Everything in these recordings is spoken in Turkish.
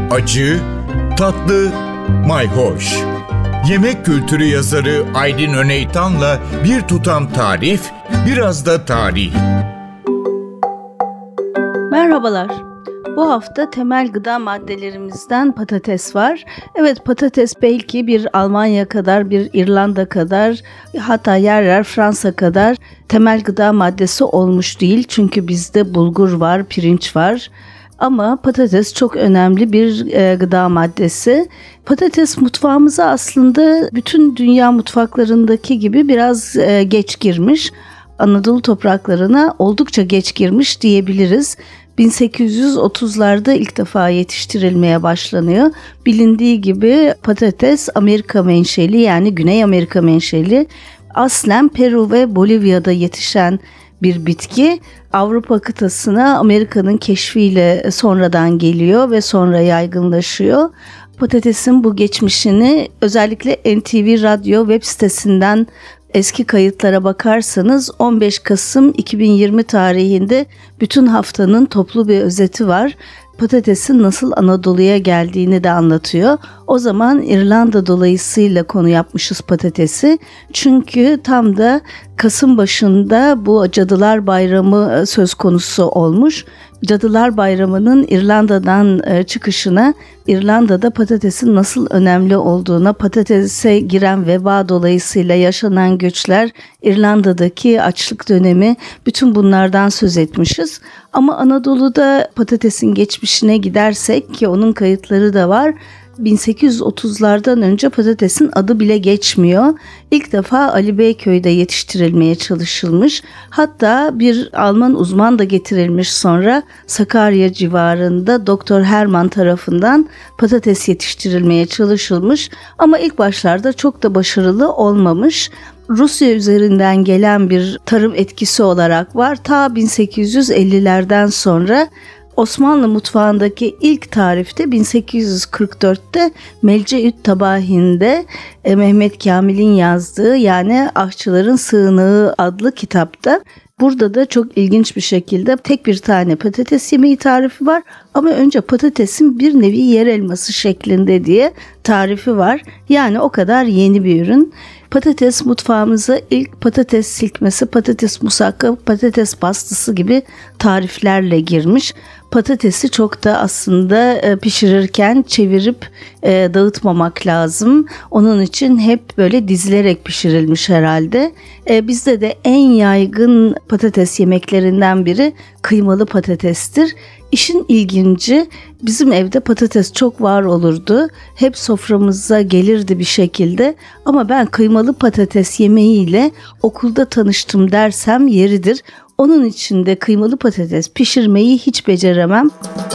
acı, tatlı, mayhoş. Yemek kültürü yazarı Aydin Öneytan'la bir tutam tarif, biraz da tarih. Merhabalar. Bu hafta temel gıda maddelerimizden patates var. Evet, patates belki bir Almanya kadar, bir İrlanda kadar, hatta yer yer Fransa kadar temel gıda maddesi olmuş değil. Çünkü bizde bulgur var, pirinç var. Ama patates çok önemli bir gıda maddesi. Patates mutfağımıza aslında bütün dünya mutfaklarındaki gibi biraz geç girmiş. Anadolu topraklarına oldukça geç girmiş diyebiliriz. 1830'larda ilk defa yetiştirilmeye başlanıyor. Bilindiği gibi patates Amerika menşeli, yani Güney Amerika menşeli. Aslen Peru ve Bolivya'da yetişen bir bitki. Avrupa kıtasına Amerika'nın keşfiyle sonradan geliyor ve sonra yaygınlaşıyor. Patatesin bu geçmişini özellikle NTV Radyo web sitesinden eski kayıtlara bakarsanız 15 Kasım 2020 tarihinde bütün haftanın toplu bir özeti var. Patatesin nasıl Anadolu'ya geldiğini de anlatıyor. O zaman İrlanda dolayısıyla konu yapmışız patatesi. Çünkü tam da Kasım başında bu Cadılar Bayramı söz konusu olmuş. Cadılar Bayramı'nın İrlanda'dan çıkışına, İrlanda'da patatesin nasıl önemli olduğuna, patatese giren veba dolayısıyla yaşanan göçler, İrlanda'daki açlık dönemi, bütün bunlardan söz etmişiz. Ama Anadolu'da patatesin geçmişine gidersek, ki onun kayıtları da var, 1830'lardan önce patatesin adı bile geçmiyor. İlk defa Ali Beyköy'de yetiştirilmeye çalışılmış. Hatta bir Alman uzman da getirilmiş sonra Sakarya civarında Doktor Hermann tarafından patates yetiştirilmeye çalışılmış. Ama ilk başlarda çok da başarılı olmamış. Rusya üzerinden gelen bir tarım etkisi olarak var. Ta 1850'lerden sonra Osmanlı mutfağındaki ilk tarifte 1844'te Melceüt Tabahin'de Mehmet Kamil'in yazdığı, yani Aşçıların Sığınağı adlı kitapta. Burada da çok ilginç bir şekilde tek bir tane patates yemeği tarifi var ama önce patatesin bir nevi yer elması şeklinde diye tarifi var. Yani o kadar yeni bir ürün. Patates mutfağımıza ilk patates silkmesi, patates musakka, patates pastısı gibi tariflerle girmiş. Patatesi çok da aslında pişirirken çevirip dağıtmamak lazım. Onun için hep böyle dizilerek pişirilmiş herhalde. Bizde de en yaygın patates yemeklerinden biri kıymalı patatestir. İşin ilginci, bizim evde patates çok var olurdu. Hep soframıza gelirdi bir şekilde. Ama ben kıymalı patates yemeğiyle okulda tanıştım dersem yeridir. Onun için de kıymalı patates pişirmeyi hiç beceremem.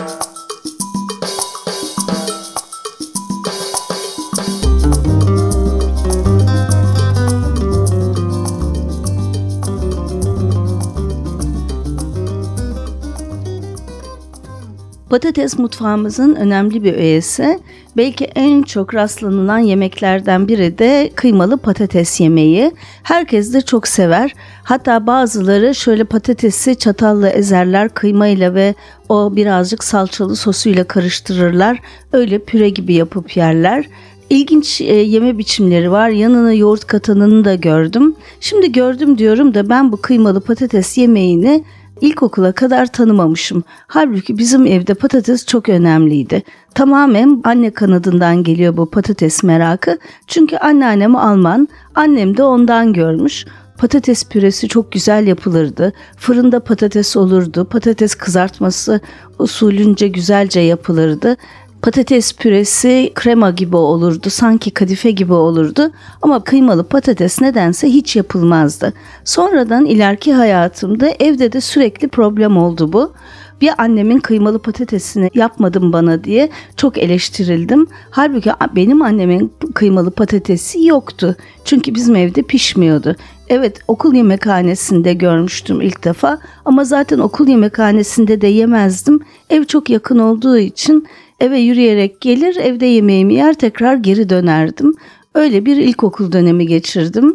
Patates mutfağımızın önemli bir öğesi. Belki en çok rastlanılan yemeklerden biri de kıymalı patates yemeği. Herkes de çok sever. Hatta bazıları şöyle patatesi çatalla ezerler, kıymayla ve o birazcık salçalı sosuyla karıştırırlar. Öyle püre gibi yapıp yerler. İlginç yeme biçimleri var. Yanına yoğurt katanını da gördüm. Şimdi gördüm diyorum da ben bu kıymalı patates yemeğini İlkokula kadar tanımamışım. Halbuki bizim evde patates çok önemliydi. Tamamen anne kanadından geliyor bu patates merakı. Çünkü anneannem Alman, annem de ondan görmüş. Patates püresi çok güzel yapılırdı. Fırında patates olurdu. Patates kızartması usulünce güzelce yapılırdı. Patates püresi krema gibi olurdu, sanki kadife gibi olurdu ama kıymalı patates nedense hiç yapılmazdı. Sonradan ileriki hayatımda evde de sürekli problem oldu bu. Bir annemin kıymalı patatesini yapmadın bana diye çok eleştirildim. Halbuki benim annemin kıymalı patatesi yoktu. Çünkü bizim evde pişmiyordu. Evet, okul yemekhanesinde görmüştüm ilk defa ama zaten okul yemekhanesinde de yemezdim. Ev çok yakın olduğu için eve yürüyerek gelir, evde yemeğimi yer, tekrar geri dönerdim. Öyle bir ilkokul dönemi geçirdim.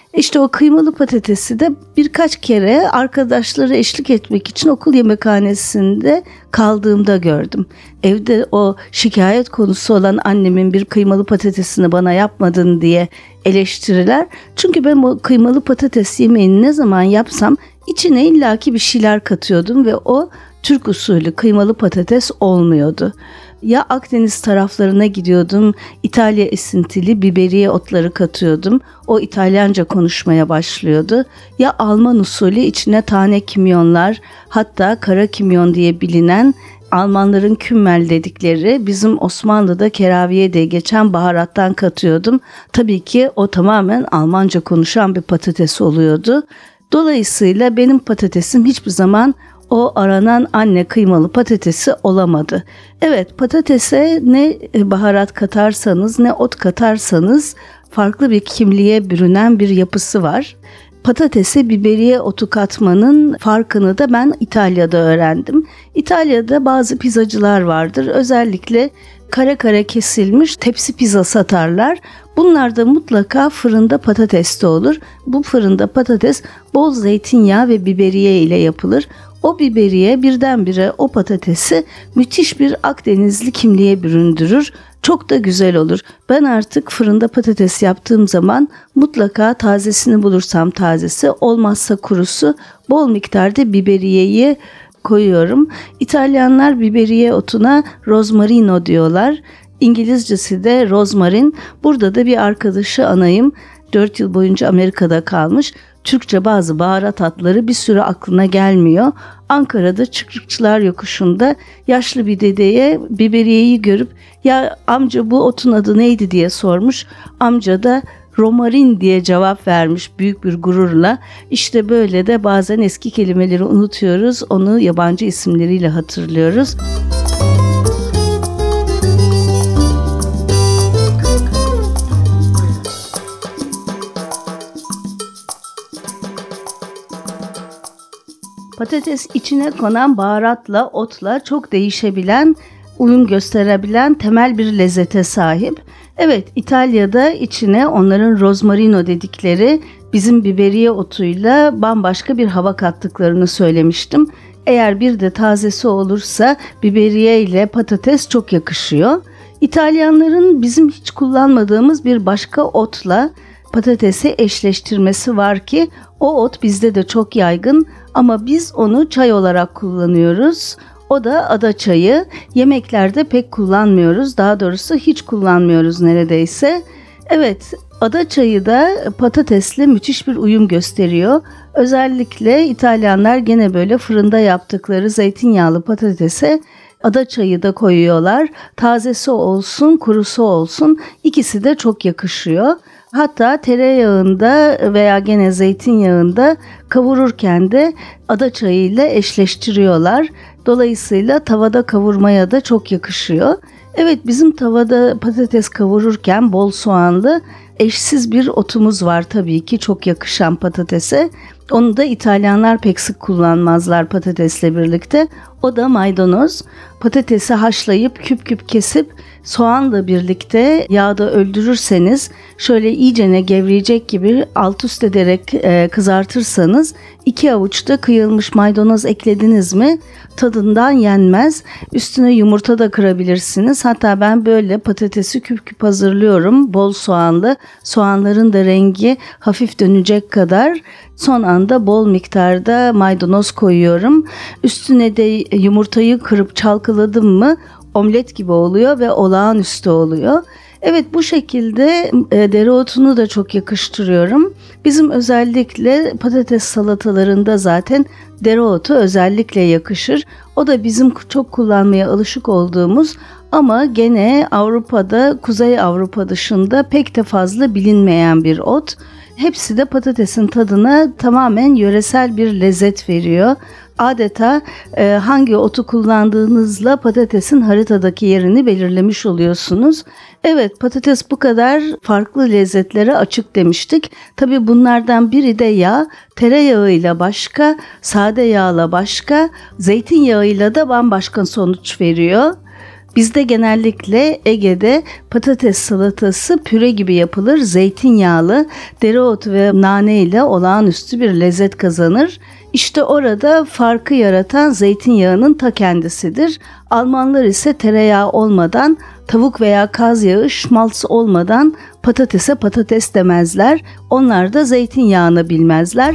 İşte o kıymalı patatesi de birkaç kere arkadaşları eşlik etmek için okul yemekhanesinde kaldığımda gördüm. Evde o şikayet konusu olan annemin bir kıymalı patatesini bana yapmadın diye eleştiriler. Çünkü ben o kıymalı patates yemeğini ne zaman yapsam içine illaki bir şeyler katıyordum ve o Türk usulü kıymalı patates olmuyordu. Ya Akdeniz taraflarına gidiyordum, İtalya esintili biberiye otları katıyordum. O İtalyanca konuşmaya başlıyordu. Ya Alman usulü içine tane kimyonlar, hatta kara kimyon diye bilinen Almanların kümmel dedikleri, bizim Osmanlı'da keraviye diye geçen baharattan katıyordum. Tabii ki o tamamen Almanca konuşan bir patates oluyordu. Dolayısıyla benim patatesim hiçbir zaman o aranan anne kıymalı patatesi olamadı. Evet, patatese ne baharat katarsanız ne ot katarsanız farklı bir kimliğe bürünen bir yapısı var. Patatese biberiye otu katmanın farkını da ben İtalya'da öğrendim. İtalya'da bazı pizzacılar vardır. Özellikle kare kare kesilmiş tepsi pizza satarlar. Bunlar da mutlaka fırında patates de olur. Bu fırında patates bol zeytinyağı ve biberiye ile yapılır. O biberiye birdenbire o patatesi müthiş bir Akdenizli kimliğe büründürür. Çok da güzel olur. Ben artık fırında patates yaptığım zaman mutlaka tazesini bulursam tazesi, olmazsa kurusu, bol miktarda biberiyeyi koyuyorum. İtalyanlar biberiye otuna rosmarino diyorlar. İngilizcesi de rozmarin. Burada da bir arkadaşı anayım. 4 yıl boyunca Amerika'da kalmış. Türkçe bazı baharat adları bir süre aklına gelmiyor. Ankara'da Çıkrıkçılar Yokuşu'nda yaşlı bir dedeye biberiyeyi görüp ya amca bu otun adı neydi diye sormuş. Amca da romarin diye cevap vermiş büyük bir gururla. İşte böyle de bazen eski kelimeleri unutuyoruz, onu yabancı isimleriyle hatırlıyoruz. Patates içine konan baharatla, otla çok değişebilen, uyum gösterebilen temel bir lezzete sahip. Evet, İtalya'da içine onların rosmarino dedikleri bizim biberiye otuyla bambaşka bir hava kattıklarını söylemiştim. Eğer bir de tazesi olursa biberiye ile patates çok yakışıyor. İtalyanların bizim hiç kullanmadığımız bir başka otla patatesi eşleştirmesi var ki o ot bizde de çok yaygın ama biz onu çay olarak kullanıyoruz. O da ada çayı. Yemeklerde pek kullanmıyoruz. Daha doğrusu hiç kullanmıyoruz neredeyse. Evet, ada çayı da patatesle müthiş bir uyum gösteriyor. Özellikle İtalyanlar gene böyle fırında yaptıkları zeytinyağlı patatese ada çayı da koyuyorlar. Tazesi olsun, kurusu olsun, ikisi de çok yakışıyor. Hatta tereyağında veya gene zeytinyağında kavururken de ada çayıyla eşleştiriyorlar. Dolayısıyla tavada kavurmaya da çok yakışıyor. Evet, bizim tavada patates kavururken bol soğanlı eşsiz bir otumuz var tabii ki çok yakışan patatese. Onu da İtalyanlar pek sık kullanmazlar patatesle birlikte. O da maydanoz. Patatesi haşlayıp küp küp kesip soğanla birlikte yağda öldürürseniz, şöyle iyicene gevreyecek gibi alt üst ederek kızartırsanız 2 avuç da kıyılmış maydanoz eklediniz mi tadından yenmez. Üstüne yumurta da kırabilirsiniz. Hatta ben böyle patatesi küp küp hazırlıyorum. Bol soğanlı. Soğanların da rengi hafif dönecek kadar. Son anda bol miktarda maydanoz koyuyorum. Üstüne de yumurtayı kırıp çalkaladım mı omlet gibi oluyor ve olağanüstü oluyor. Evet, bu şekilde dereotunu da çok yakıştırıyorum. Bizim özellikle patates salatalarında zaten dereotu özellikle yakışır. O da bizim çok kullanmaya alışık olduğumuz ama gene Avrupa'da, Kuzey Avrupa dışında pek de fazla bilinmeyen bir ot. Hepsi de patatesin tadına tamamen yöresel bir lezzet veriyor. Adeta hangi otu kullandığınızla patatesin haritadaki yerini belirlemiş oluyorsunuz. Evet, patates bu kadar farklı lezzetlere açık demiştik. Tabii bunlardan biri de yağ. Tereyağıyla başka, sade yağla başka, zeytinyağıyla da bambaşka sonuç veriyor. Bizde genellikle Ege'de patates salatası püre gibi yapılır. Zeytinyağlı, dereotu ve nane ile olağanüstü bir lezzet kazanır. İşte orada farkı yaratan zeytinyağının ta kendisidir. Almanlar ise tereyağı olmadan, tavuk veya kaz yağı, schmaltz olmadan patatese patates demezler. Onlar da zeytinyağını bilmezler.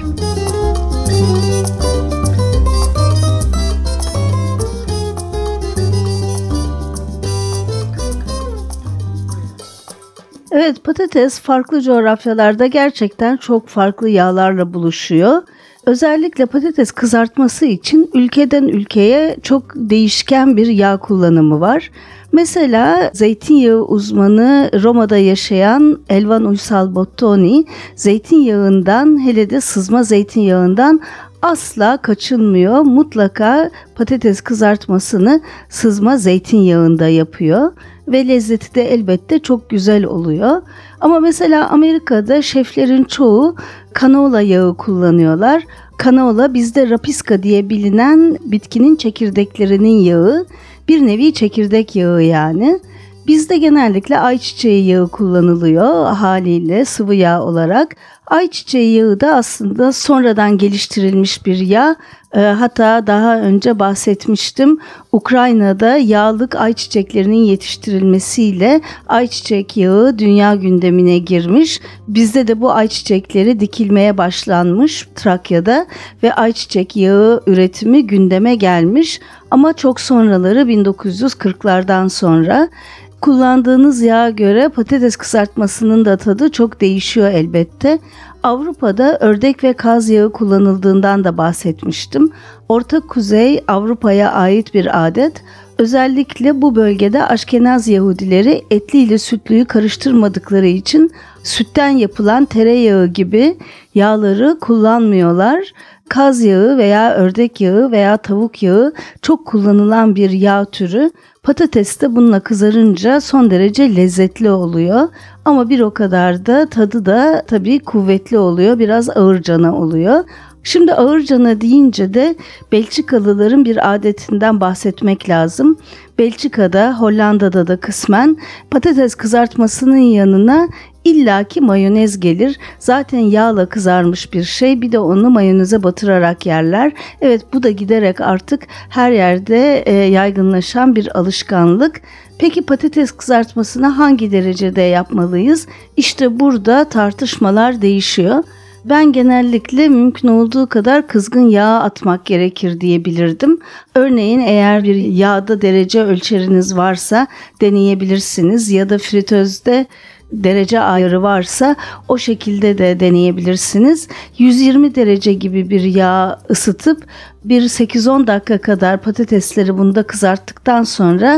Evet, patates farklı coğrafyalarda gerçekten çok farklı yağlarla buluşuyor. Özellikle patates kızartması için ülkeden ülkeye çok değişken bir yağ kullanımı var. Mesela zeytinyağı uzmanı Roma'da yaşayan Elvan Uysal Bottoni, zeytinyağından, hele de sızma zeytinyağından asla kaçınmıyor. Mutlaka patates kızartmasını sızma zeytinyağında yapıyor ve lezzeti de elbette çok güzel oluyor. Ama mesela Amerika'da şeflerin çoğu kanola yağı kullanıyorlar. Kanola bizde rapiska diye bilinen bitkinin çekirdeklerinin yağı, bir nevi çekirdek yağı yani. Bizde genellikle ayçiçeği yağı kullanılıyor haliyle sıvı yağ olarak. Ayçiçeği yağı da aslında sonradan geliştirilmiş bir yağ. Hatta daha önce bahsetmiştim. Ukrayna'da yağlık ayçiçeklerinin yetiştirilmesiyle ayçiçek yağı dünya gündemine girmiş. Bizde de bu ayçiçekleri dikilmeye başlanmış Trakya'da ve ayçiçek yağı üretimi gündeme gelmiş. Ama çok sonraları 1940'lardan sonra. Kullandığınız yağa göre patates kızartmasının da tadı çok değişiyor elbette. Avrupa'da ördek ve kaz yağı kullanıldığından da bahsetmiştim. Orta Kuzey Avrupa'ya ait bir adet. Özellikle bu bölgede Aşkenaz Yahudileri etli ile sütlüyü karıştırmadıkları için sütten yapılan tereyağı gibi yağları kullanmıyorlar. Kaz yağı veya ördek yağı veya tavuk yağı çok kullanılan bir yağ türü. Patates de bununla kızarınca son derece lezzetli oluyor. Ama bir o kadar da tadı da tabii kuvvetli oluyor. Biraz ağırcana oluyor. Şimdi ağırcana deyince de Belçikalıların bir adetinden bahsetmek lazım. Belçika'da, Hollanda'da da kısmen patates kızartmasının yanına illaki mayonez gelir. Zaten yağla kızarmış bir şey, bir de onu mayoneze batırarak yerler. Evet, bu da giderek artık her yerde yaygınlaşan bir alışkanlık. Peki patates kızartmasını hangi derecede yapmalıyız? İşte burada tartışmalar değişiyor. Ben genellikle mümkün olduğu kadar kızgın yağ atmak gerekir diyebilirdim. Örneğin eğer bir yağda derece ölçeriniz varsa deneyebilirsiniz ya da fritözde derece ayarı varsa o şekilde de deneyebilirsiniz. 120 derece gibi bir yağ ısıtıp bir 8-10 dakika kadar patatesleri bunda kızarttıktan sonra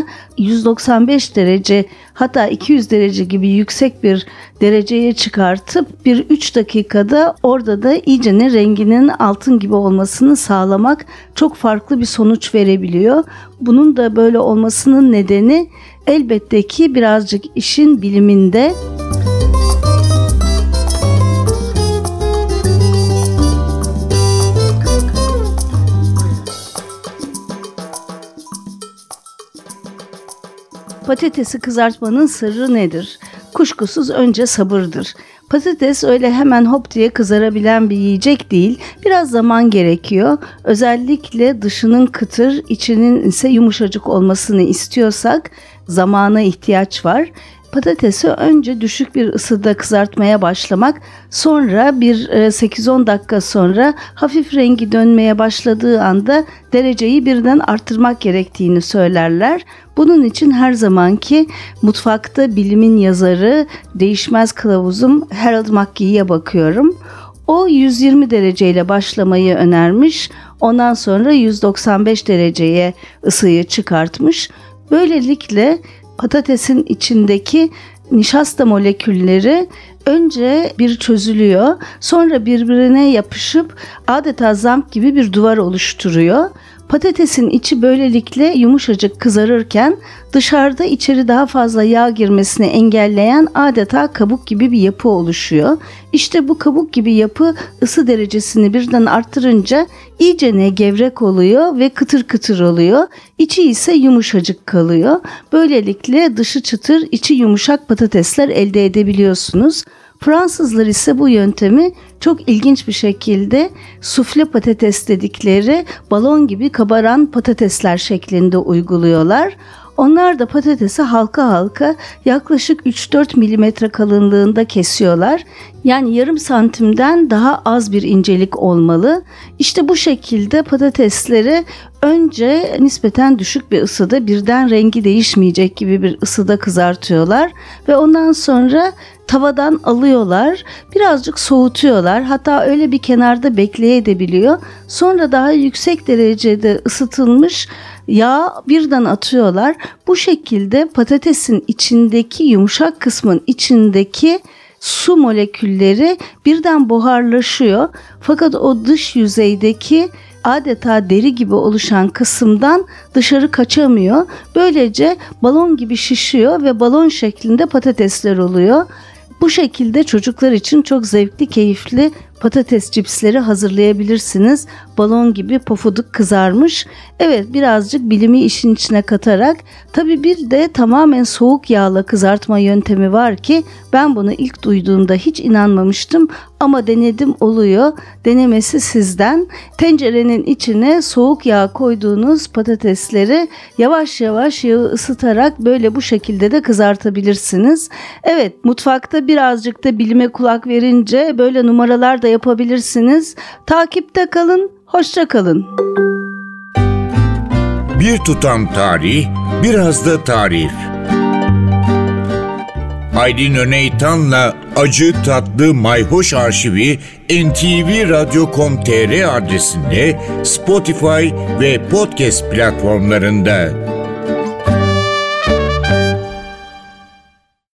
195 derece hatta 200 derece gibi yüksek bir dereceye çıkartıp bir 3 dakikada orada da iyicene renginin altın gibi olmasını sağlamak çok farklı bir sonuç verebiliyor. Bunun da böyle olmasının nedeni elbette ki birazcık işin biliminde. Patatesi kızartmanın sırrı nedir? Kuşkusuz önce sabırdır. Patates öyle hemen hop diye kızarabilen bir yiyecek değil. Biraz zaman gerekiyor. Özellikle dışının kıtır, içinin ise yumuşacık olmasını istiyorsak zamana ihtiyaç var. Patatesi önce düşük bir ısıda kızartmaya başlamak, sonra bir 8-10 dakika sonra hafif rengi dönmeye başladığı anda dereceyi birden arttırmak gerektiğini söylerler. Bunun için her zamanki mutfakta bilimin yazarı, değişmez kılavuzum Harold McGee'ye bakıyorum. O 120 dereceyle başlamayı önermiş, ondan sonra 195 dereceye ısıyı çıkartmış. Böylelikle patatesin içindeki nişasta molekülleri önce bir çözülüyor, sonra birbirine yapışıp adeta zamk gibi bir duvar oluşturuyor. Patatesin içi böylelikle yumuşacık kızarırken dışarıda içeri daha fazla yağ girmesini engelleyen adeta kabuk gibi bir yapı oluşuyor. İşte bu kabuk gibi yapı ısı derecesini birden arttırınca iyicene gevrek oluyor ve kıtır kıtır oluyor. İçi ise yumuşacık kalıyor. Böylelikle dışı çıtır, içi yumuşak patatesler elde edebiliyorsunuz. Fransızlar ise bu yöntemi çok ilginç bir şekilde sufle patates dedikleri balon gibi kabaran patatesler şeklinde uyguluyorlar. Onlar da patatesi halka halka yaklaşık 3-4 milimetre kalınlığında kesiyorlar. Yani yarım santimden daha az bir incelik olmalı. İşte bu şekilde patatesleri önce nispeten düşük bir ısıda, birden rengi değişmeyecek gibi bir ısıda kızartıyorlar ve ondan sonra tavadan alıyorlar, birazcık soğutuyorlar, hatta öyle bir kenarda bekleyebiliyor. Sonra daha yüksek derecede ısıtılmış yağ birden atıyorlar. Bu şekilde patatesin içindeki yumuşak kısmın içindeki su molekülleri birden buharlaşıyor. Fakat o dış yüzeydeki adeta deri gibi oluşan kısımdan dışarı kaçamıyor. Böylece balon gibi şişiyor ve balon şeklinde patatesler oluyor. Bu şekilde çocuklar için çok zevkli, keyifli patates cipsleri hazırlayabilirsiniz. Balon gibi pofuduk kızarmış. Evet, birazcık bilimi işin içine katarak. Tabii bir de tamamen soğuk yağla kızartma yöntemi var ki ben bunu ilk duyduğumda hiç inanmamıştım ama denedim, oluyor. Denemesi sizden. Tencerenin içine soğuk yağ koyduğunuz patatesleri yavaş yavaş yağı ısıtarak böyle bu şekilde de kızartabilirsiniz. Evet, mutfakta birazcık da bilime kulak verince böyle numaralar da yapabilirsiniz. Takipte kalın, hoşça kalın. Bir tutam tarih, biraz da tarif. Aydin Öneytan'la Acı Tatlı Mayhoş arşivi ntvradio.com.tr adresinde, Spotify ve podcast platformlarında.